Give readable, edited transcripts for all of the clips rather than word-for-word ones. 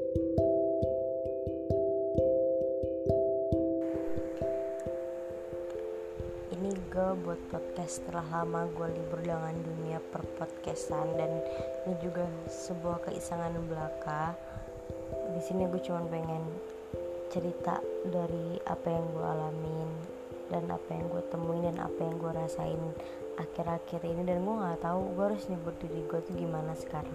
Ini gue buat podcast setelah lama gue libur dengan dunia perpodcastan, dan ini juga sebuah keisengan belaka. Di sini gue cuma pengen cerita dari apa yang gue alamin dan apa yang gue temuin dan apa yang gue rasain akhir-akhir ini, dan gue nggak tahu gue harus nyebut diri gue tuh gimana sekarang.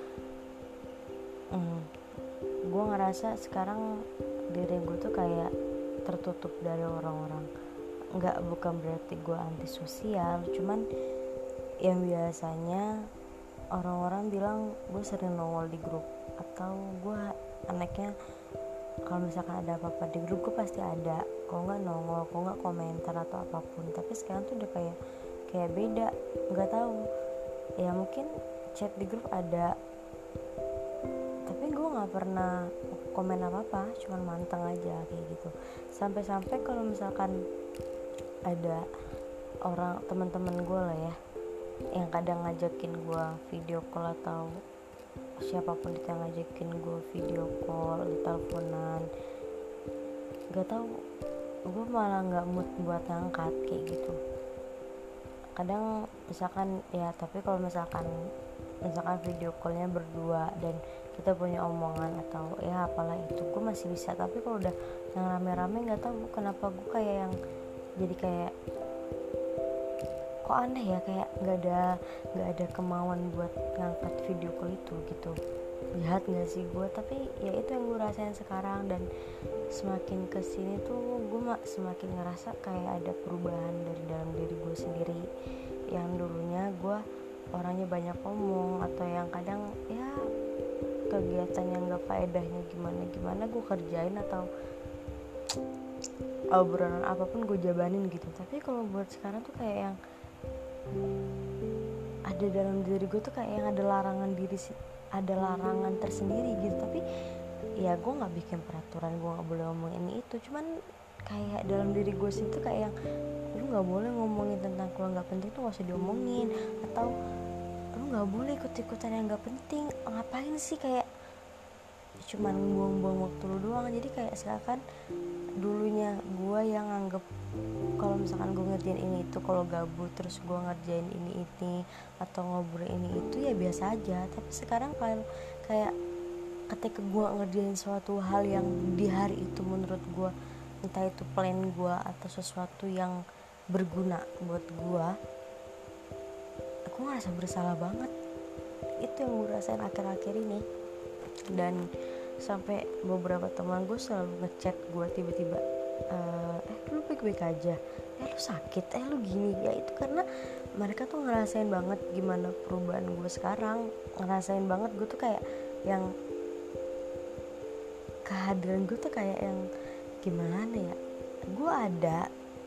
Gue ngerasa sekarang diri gue tuh kayak tertutup dari orang-orang. Bukan berarti gue antisosial, cuman yang biasanya orang-orang bilang gue sering nongol di grup, atau gue anaknya kalau misalkan ada apa-apa di grup gue pasti ada, kalau nggak nongol, kalau nggak komentar atau apapun. Tapi sekarang tuh udah kayak beda, nggak tahu ya, mungkin chat di grup ada tapi gue nggak pernah komen apa-apa, cuman manteng aja kayak gitu. Sampai-sampai kalau misalkan ada orang teman-teman gue lah ya, yang kadang ngajakin gue video call, atau siapapun itu yang ngajakin gue video call atau teleponan, gak tahu gue malah nggak mood buat ngangkat kayak gitu. Kadang misalkan ya, tapi kalau misalkan video callnya berdua dan kita punya omongan atau ya apalah itu, gue masih bisa. Tapi kalau udah yang rame-rame, nggak tahu kenapa gue kayak yang jadi kayak kok aneh ya, kayak nggak ada kemauan buat ngangkat video call itu gitu. Jahat nggak sih gue? Tapi ya itu yang gue rasain sekarang, dan semakin kesini tuh gue semakin ngerasa kayak ada perubahan dari dalam diri gue sendiri. Yang dulunya gue orangnya banyak ngomong, atau yang kadang ya kegiatan yang gak faedahnya gimana gue kerjain, atau obrolan apapun gue jabanin gitu. Tapi kalau buat sekarang tuh kayak yang ada dalam diri gue tuh kayak yang ada larangan tersendiri gitu. Tapi ya gue nggak bikin peraturan gue nggak boleh ngomong ini itu, cuman kayak dalam diri gue sih tuh kayak yang lu nggak boleh ngomongin tentang keluarga nggak penting tuh nggak usah diomongin, atau lu nggak boleh ikut-ikutan yang nggak penting. Ngapain sih, kayak cuman buang-buang waktu lu doang. Jadi kayak seakan dulunya gue yang anggap kalau misalkan gue ngerjain ini itu, kalau gabut terus gue ngerjain ini atau ngobrol ini itu ya biasa aja. Tapi sekarang kayak ketika gue ngerjain suatu hal yang di hari itu menurut gue, entah itu plan gue atau sesuatu yang berguna buat gue, aku ngerasa bersalah banget. Itu yang gue rasain akhir-akhir ini. Dan sampai beberapa teman gue selalu ngechat gue tiba-tiba, lu baik-baik aja, lu sakit, lu gini ya. Itu karena mereka tuh ngerasain banget gimana perubahan gue sekarang, ngerasain banget gue tuh kayak yang kehadiran gue tuh kayak yang gimana ya, gue ada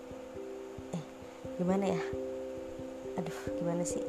gimana ya, gimana sih,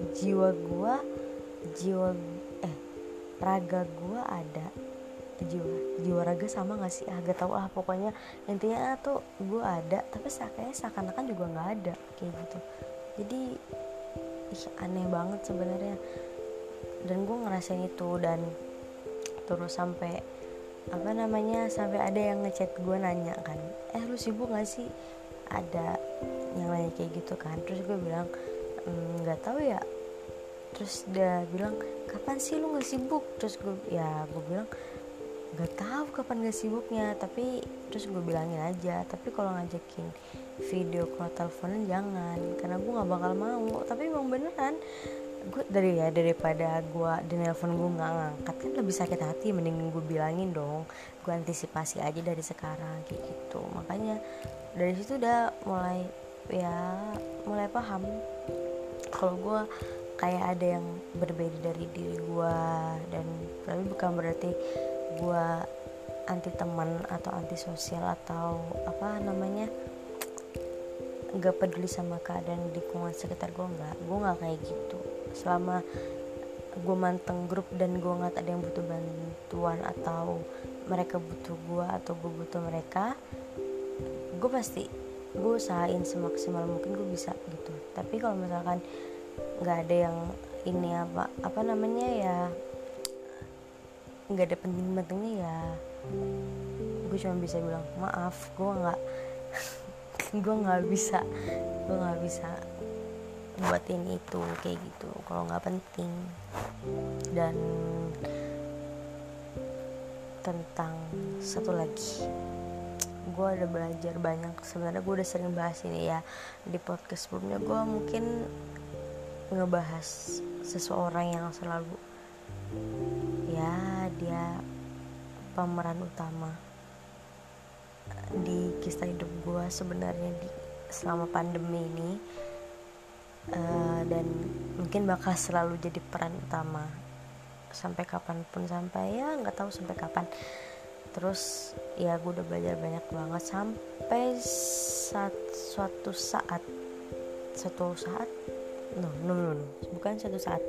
raga gue ada, jiwa raga sama nggak sih, agak tau lah pokoknya. Intinya tuh gue ada, tapi seakan-akan juga nggak ada kayak gitu. Jadi aneh banget sebenarnya, dan gue ngerasain itu. Dan terus sampai sampai ada yang ngechat gue nanya kan, lu sibuk nggak sih, ada yang nanya kayak gitu kan. Terus gue bilang nggak tahu ya. Terus dia bilang, kapan sih lu nggak sibuk? Terus gue bilang nggak tahu kapan nggak sibuknya. Tapi terus gue bilangin aja, tapi kalau ngajakin video call teleponan jangan, karena gue nggak bakal mau. Tapi emang beneran gue daripada gue di nelpon gue nggak ngangkat kan lebih sakit hati, mending gue bilangin dong. Gue antisipasi aja dari sekarang kayak gitu. Makanya dari situ udah mulai paham kalau gue kayak ada yang berbeda dari diri gue. Dan tapi bukan berarti gue anti teman atau anti sosial atau nggak peduli sama keadaan lingkungan sekitar gue. Nggak kayak gitu. Selama gue manteng grup dan gue ngeliat ada yang butuh bantuan, atau mereka butuh gue atau gue butuh mereka, gue usahain semaksimal mungkin gue bisa gitu. Tapi kalau misalkan nggak ada yang ini nggak ada penting-pentingnya ya gue cuma bisa bilang maaf, gue nggak gue nggak bisa buatin itu kayak gitu kalau nggak penting. Dan tentang satu lagi, gue udah belajar banyak. Sebenarnya gue udah sering bahas ini ya di podcast sebelumnya. Gue mungkin ngebahas seseorang yang selalu ya dia pemeran utama di kisah hidup gue sebenarnya di selama pandemi ini, dan mungkin bakal selalu jadi peran utama sampai kapanpun, sampai ya nggak tahu sampai kapan. Terus ya gue udah belajar banyak banget sampai suatu saat no, bukan suatu saat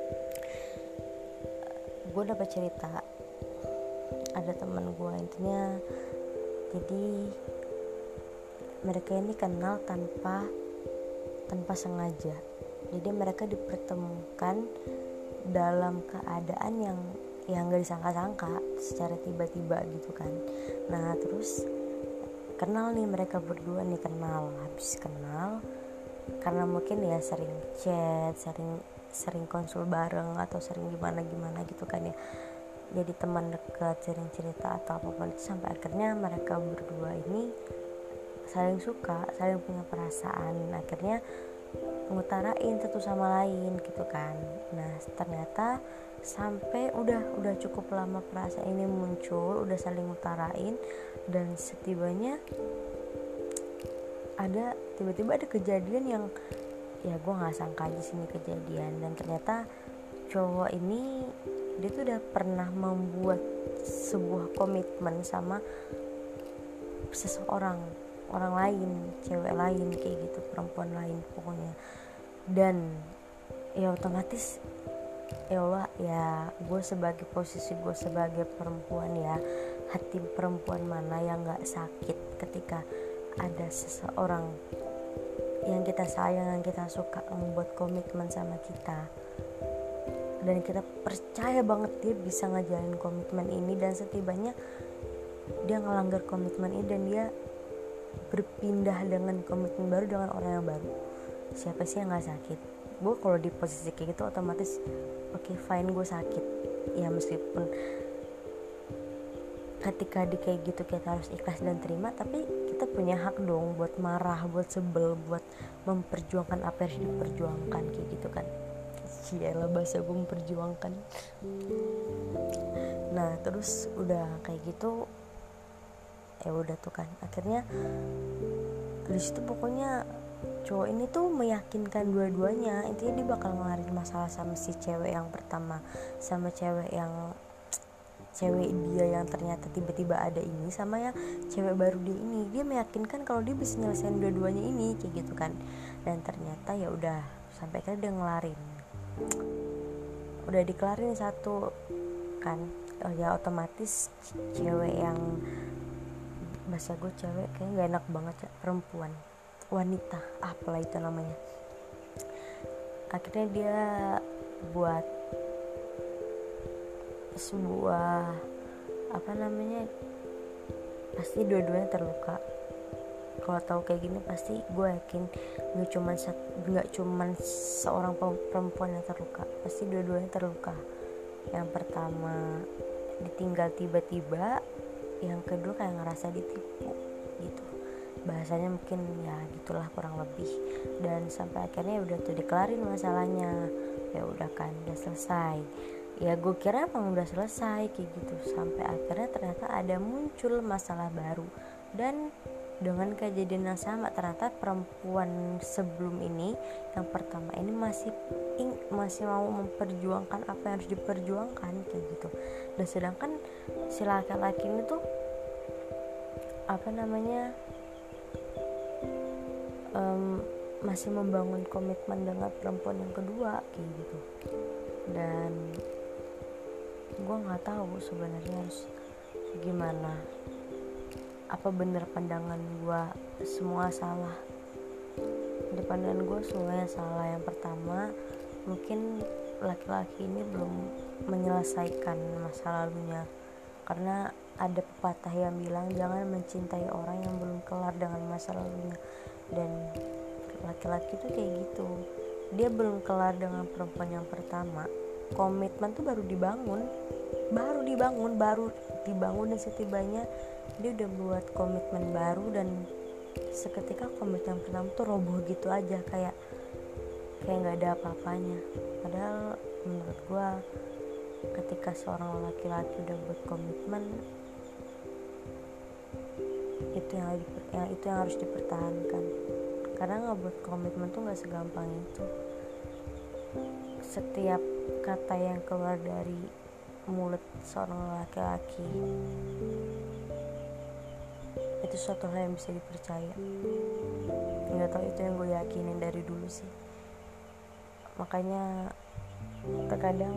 gue dapat cerita ada teman gue. Intinya jadi mereka ini kenal tanpa sengaja. Jadi mereka dipertemukan dalam keadaan yang gak disangka-sangka secara tiba-tiba gitu kan. Nah terus kenal nih mereka berdua nih, habis kenal karena mungkin ya sering chat, sering konsul bareng atau sering gimana gitu kan ya, jadi teman dekat, sering cerita atau apapun itu, sampai akhirnya mereka berdua ini saling suka, saling punya perasaan, akhirnya ngutarain satu sama lain gitu kan. Nah ternyata sampai udah cukup lama perasaan ini muncul, udah saling ngutarain, dan tiba-tiba ada kejadian yang ya gue nggak sangka aja sini kejadian. Dan ternyata cowok ini dia tuh udah pernah membuat sebuah komitmen sama orang lain, cewek lain kayak gitu, perempuan lain pokoknya. Dan ya otomatis ya Allah, ya posisi gue sebagai perempuan ya, hati perempuan mana yang gak sakit ketika ada seseorang yang kita sayang, yang kita suka membuat komitmen sama kita, dan kita percaya banget dia bisa ngejalanin komitmen ini, dan setibanya dia ngelanggar komitmen ini dan dia berpindah dengan komitmen baru dengan orang yang baru. Siapa sih yang gak sakit? Gue kalau di posisi kayak gitu otomatis okay, fine, gue sakit ya, meskipun ketika di kayak gitu kita harus ikhlas dan terima, tapi kita punya hak dong buat marah, buat sebel, buat memperjuangkan apa yang harus diperjuangkan kayak gitu kan. Cialah bahasa gue memperjuangkan. Nah terus udah kayak gitu ya udah tuh kan, akhirnya di situ pokoknya cowok ini tuh meyakinkan dua-duanya, intinya dia bakal ngelarin masalah sama si cewek yang pertama, sama cewek dia yang ternyata tiba-tiba ada ini, sama yang cewek baru dia ini. Dia meyakinkan kalau dia bisa nyelesain dua-duanya ini kayak gitu kan. Dan ternyata ya udah sampai kan dia ngelarin, udah dikelarin satu kan, oh ya otomatis cewek yang bahasa gue cewek kayaknya gak enak banget ya, perempuan, wanita, apalah itu namanya. Akhirnya dia buat sebuah pasti dua-duanya terluka. Kalau tahu kayak gini pasti gue yakin nggak cuman seorang perempuan yang terluka, pasti dua-duanya terluka. Yang pertama ditinggal tiba-tiba, yang kedua kayak ngerasa ditipu gitu, bahasanya mungkin ya gitulah kurang lebih. Dan sampai akhirnya udah tuh dikelarin masalahnya, ya udah kan, udah selesai. Ya gue kira emang udah selesai kayak gitu, sampai akhirnya ternyata ada muncul masalah baru. Dan dengan kejadian yang sama, ternyata perempuan sebelum ini, yang pertama ini masih mau memperjuangkan apa yang harus diperjuangkan kayak gitu. Dan sedangkan si laki-laki ini tuh masih membangun komitmen dengan perempuan yang kedua kayak gitu. Dan gue nggak tahu sebenarnya harus gimana. Apa bener pandangan gue semua salah? Di pandangan gue semuanya salah. Yang pertama, mungkin laki-laki ini menyelesaikan masa lalunya. Karena ada pepatah yang bilang jangan mencintai orang yang belum kelar dengan masa lalunya. Dan laki-laki tuh kayak gitu, dia belum kelar dengan perempuan yang pertama, komitmen tuh baru dibangun dan setibanya dia udah buat komitmen baru, dan seketika komitmen pertama tuh roboh gitu aja, kayak nggak ada apa-apanya. Padahal menurut gue, ketika seorang laki-laki udah buat komitmen, itu yang harus dipertahankan. Karena ngebuat komitmen tuh nggak segampang itu. Setiap kata yang keluar dari mulut seorang laki-laki itu suatu hal yang bisa dipercaya. Nggak tahu, itu yang gue yakinin dari dulu sih. Makanya terkadang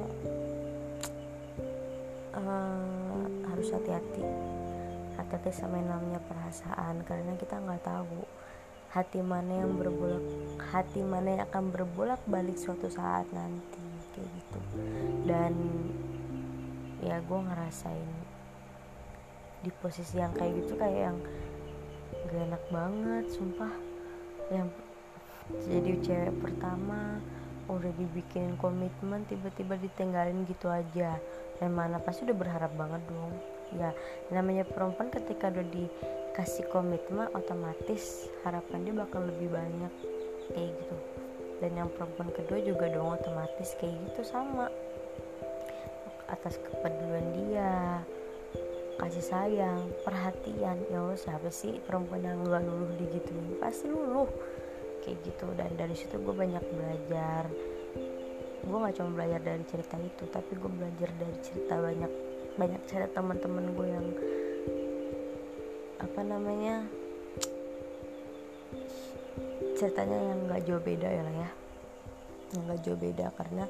harus hati-hati sama yang namanya perasaan, karena kita nggak tahu hati mana yang akan berbolak balik suatu saat nanti, kayak gitu. Dan ya gue ngerasain di posisi yang kayak gitu, kayak yang gak enak banget sumpah. Yang jadi cewek pertama udah dibikinin komitmen, tiba-tiba ditinggalin gitu aja. Dan mana pasti udah berharap banget dong. Ya namanya perempuan ketika udah dikasih komitmen, otomatis harapan dia bakal lebih banyak, kayak gitu. Dan yang perempuan kedua juga dong otomatis kayak gitu, sama atas kepedulian dia, kasih sayang, perhatian. Ya Allah, siapa sih perempuan yang gak luluh digituin? Pasti luluh kayak gitu. Dan dari situ gue banyak belajar. Gue gak cuma belajar dari cerita itu, tapi gue belajar dari cerita banyak cerita teman-teman gue yang ceritanya yang gak jauh beda karena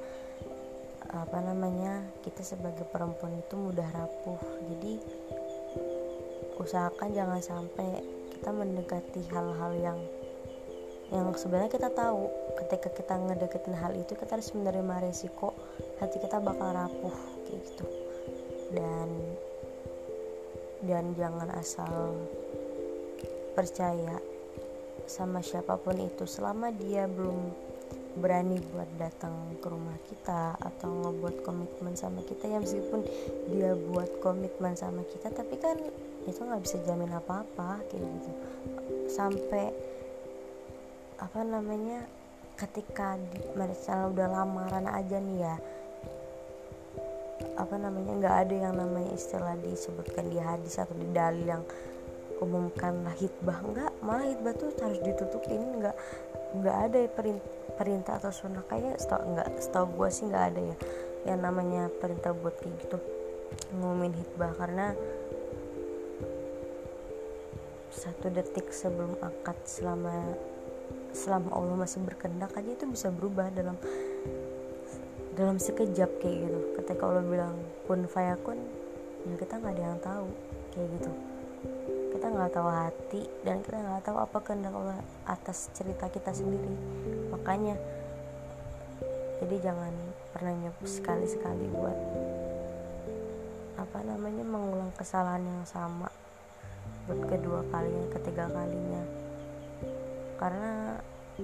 kita sebagai perempuan itu mudah rapuh. Jadi usahakan jangan sampai kita mendekati hal-hal yang sebenarnya kita tahu ketika kita ngedeketin hal itu kita harus menerima resiko hati kita bakal rapuh, kayak gitu. Dan jangan asal percaya sama siapapun itu selama dia belum berani buat datang ke rumah kita atau ngebuat komitmen sama kita. Ya meskipun dia buat komitmen sama kita, tapi kan itu nggak bisa jamin apa-apa, kayak gitu. Sampai ketika mereka udah lamaran aja nih ya, nggak ada yang namanya istilah disebutkan di hadis atau di dalil yang umumkanlah hitbah. Enggak, malah hitbah tuh harus ditutupin. Enggak ada perintah atau sunnah, kayaknya setahu gue sih nggak ada ya yang namanya perintah buat kayak gitu ngumumin hitbah. Karena 1 detik sebelum akad, selama Allah masih berkehendak aja itu bisa berubah dalam sekejap, kayak gitu. Ketika Allah bilang kun fayakun, ya kita nggak ada yang tahu, kayak gitu. Kita nggak tahu hati, dan kita nggak tahu apa kehendak Allah atas cerita kita sendiri. Makanya jadi jangan pernah sekali-sekali buat mengulang kesalahan yang sama buat kedua kalinya, ketiga kalinya. Karena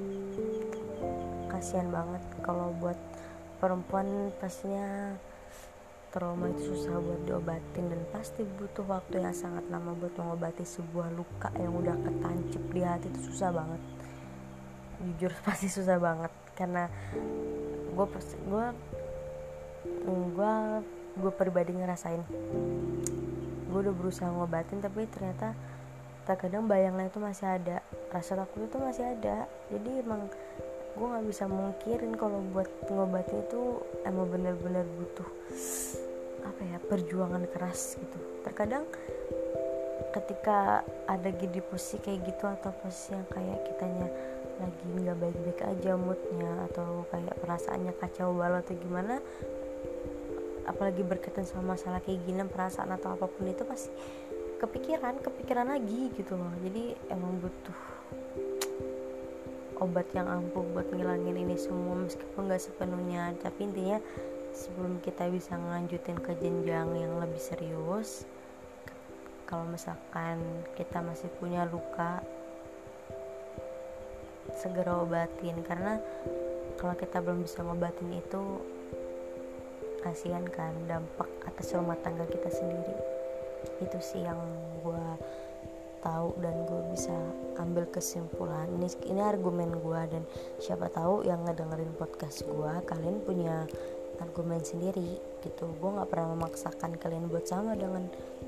kasihan banget kalau buat perempuan, pastinya trauma itu susah buat diobatin, dan pasti butuh waktu yang sangat lama buat mengobati sebuah luka yang udah ketancap di hati. Itu susah banget, jujur pasti susah banget. Karena gue pribadi ngerasain, gue udah berusaha ngobatin, tapi ternyata terkadang bayangnya itu masih ada, rasa takut itu masih ada. Jadi emang gue nggak bisa mungkirin kalau buat ngobatin itu emang benar-benar butuh perjuangan keras gitu. Terkadang ketika ada di posisi kayak gitu, atau posisi yang kayak kitanya lagi nggak baik-baik aja moodnya, atau kayak perasaannya kacau balau atau gimana, apalagi berkaitan sama masalah kayak gini, perasaan atau apapun itu pasti kepikiran lagi gitu loh. Jadi emang butuh obat yang ampuh buat ngilangin ini semua, meskipun gak sepenuhnya. Tapi intinya sebelum kita bisa ngelanjutin ke jenjang yang lebih serius, kalau misalkan kita masih punya luka, segera obatin, karena kalau kita belum bisa ngobatin itu kasihan kan dampak atas rumah tangga kita sendiri. Itu sih yang gue tahu dan gue bisa ambil kesimpulan. Ini argumen gue, dan siapa tahu yang ngedengerin podcast gue kalian punya argumen sendiri gitu. Gue nggak pernah memaksakan kalian buat sama dengan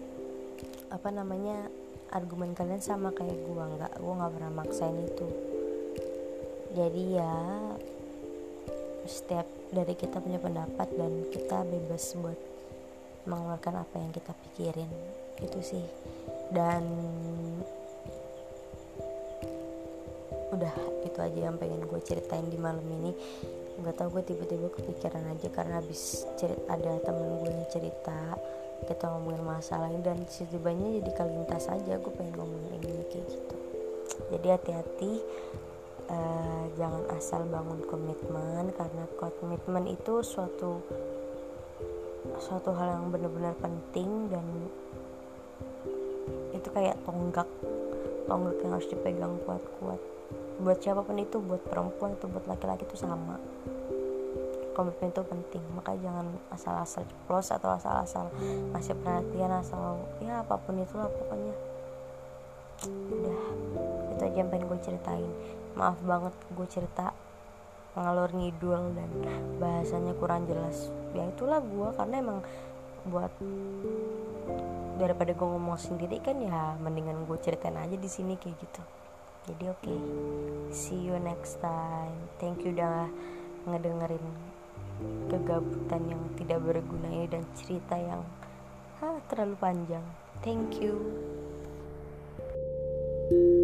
argumen kalian sama kayak gue nggak pernah maksain itu. Jadi ya setiap dari kita punya pendapat dan kita bebas buat mengeluarkan apa yang kita pikirin, itu sih. Dan udah itu aja yang pengen gue ceritain di malam ini. Nggak tahu, gue tiba-tiba kepikiran aja karena habis ada temen gue yang cerita, kita ngomongin masalah ini, dan setibanya jadi kelintas aja gue pengen ngomongin ini kayak gitu. Jadi hati-hati, jangan asal bangun komitmen, karena komitmen itu suatu hal yang benar-benar penting, dan itu kayak tonggak yang harus dipegang kuat-kuat. Buat siapapun itu, buat perempuan itu, buat laki-laki itu sama. Komitmen itu penting, maka jangan asal-asal ceplos atau asal-asal ngasih perhatian, asal ya apapun itulah pokoknya. Udah, itu aja yang pengen gue ceritain. Maaf banget gue cerita ngalor ngidul dan bahasanya kurang jelas. Ya itulah gue, karena emang buat daripada gue ngomong sendiri kan, ya mendingan gue ceritain aja di sini kayak gitu. Jadi oke. See you next time. Thank you udah ngedengerin kegabutan yang tidak berguna ini dan cerita yang terlalu panjang. Thank you.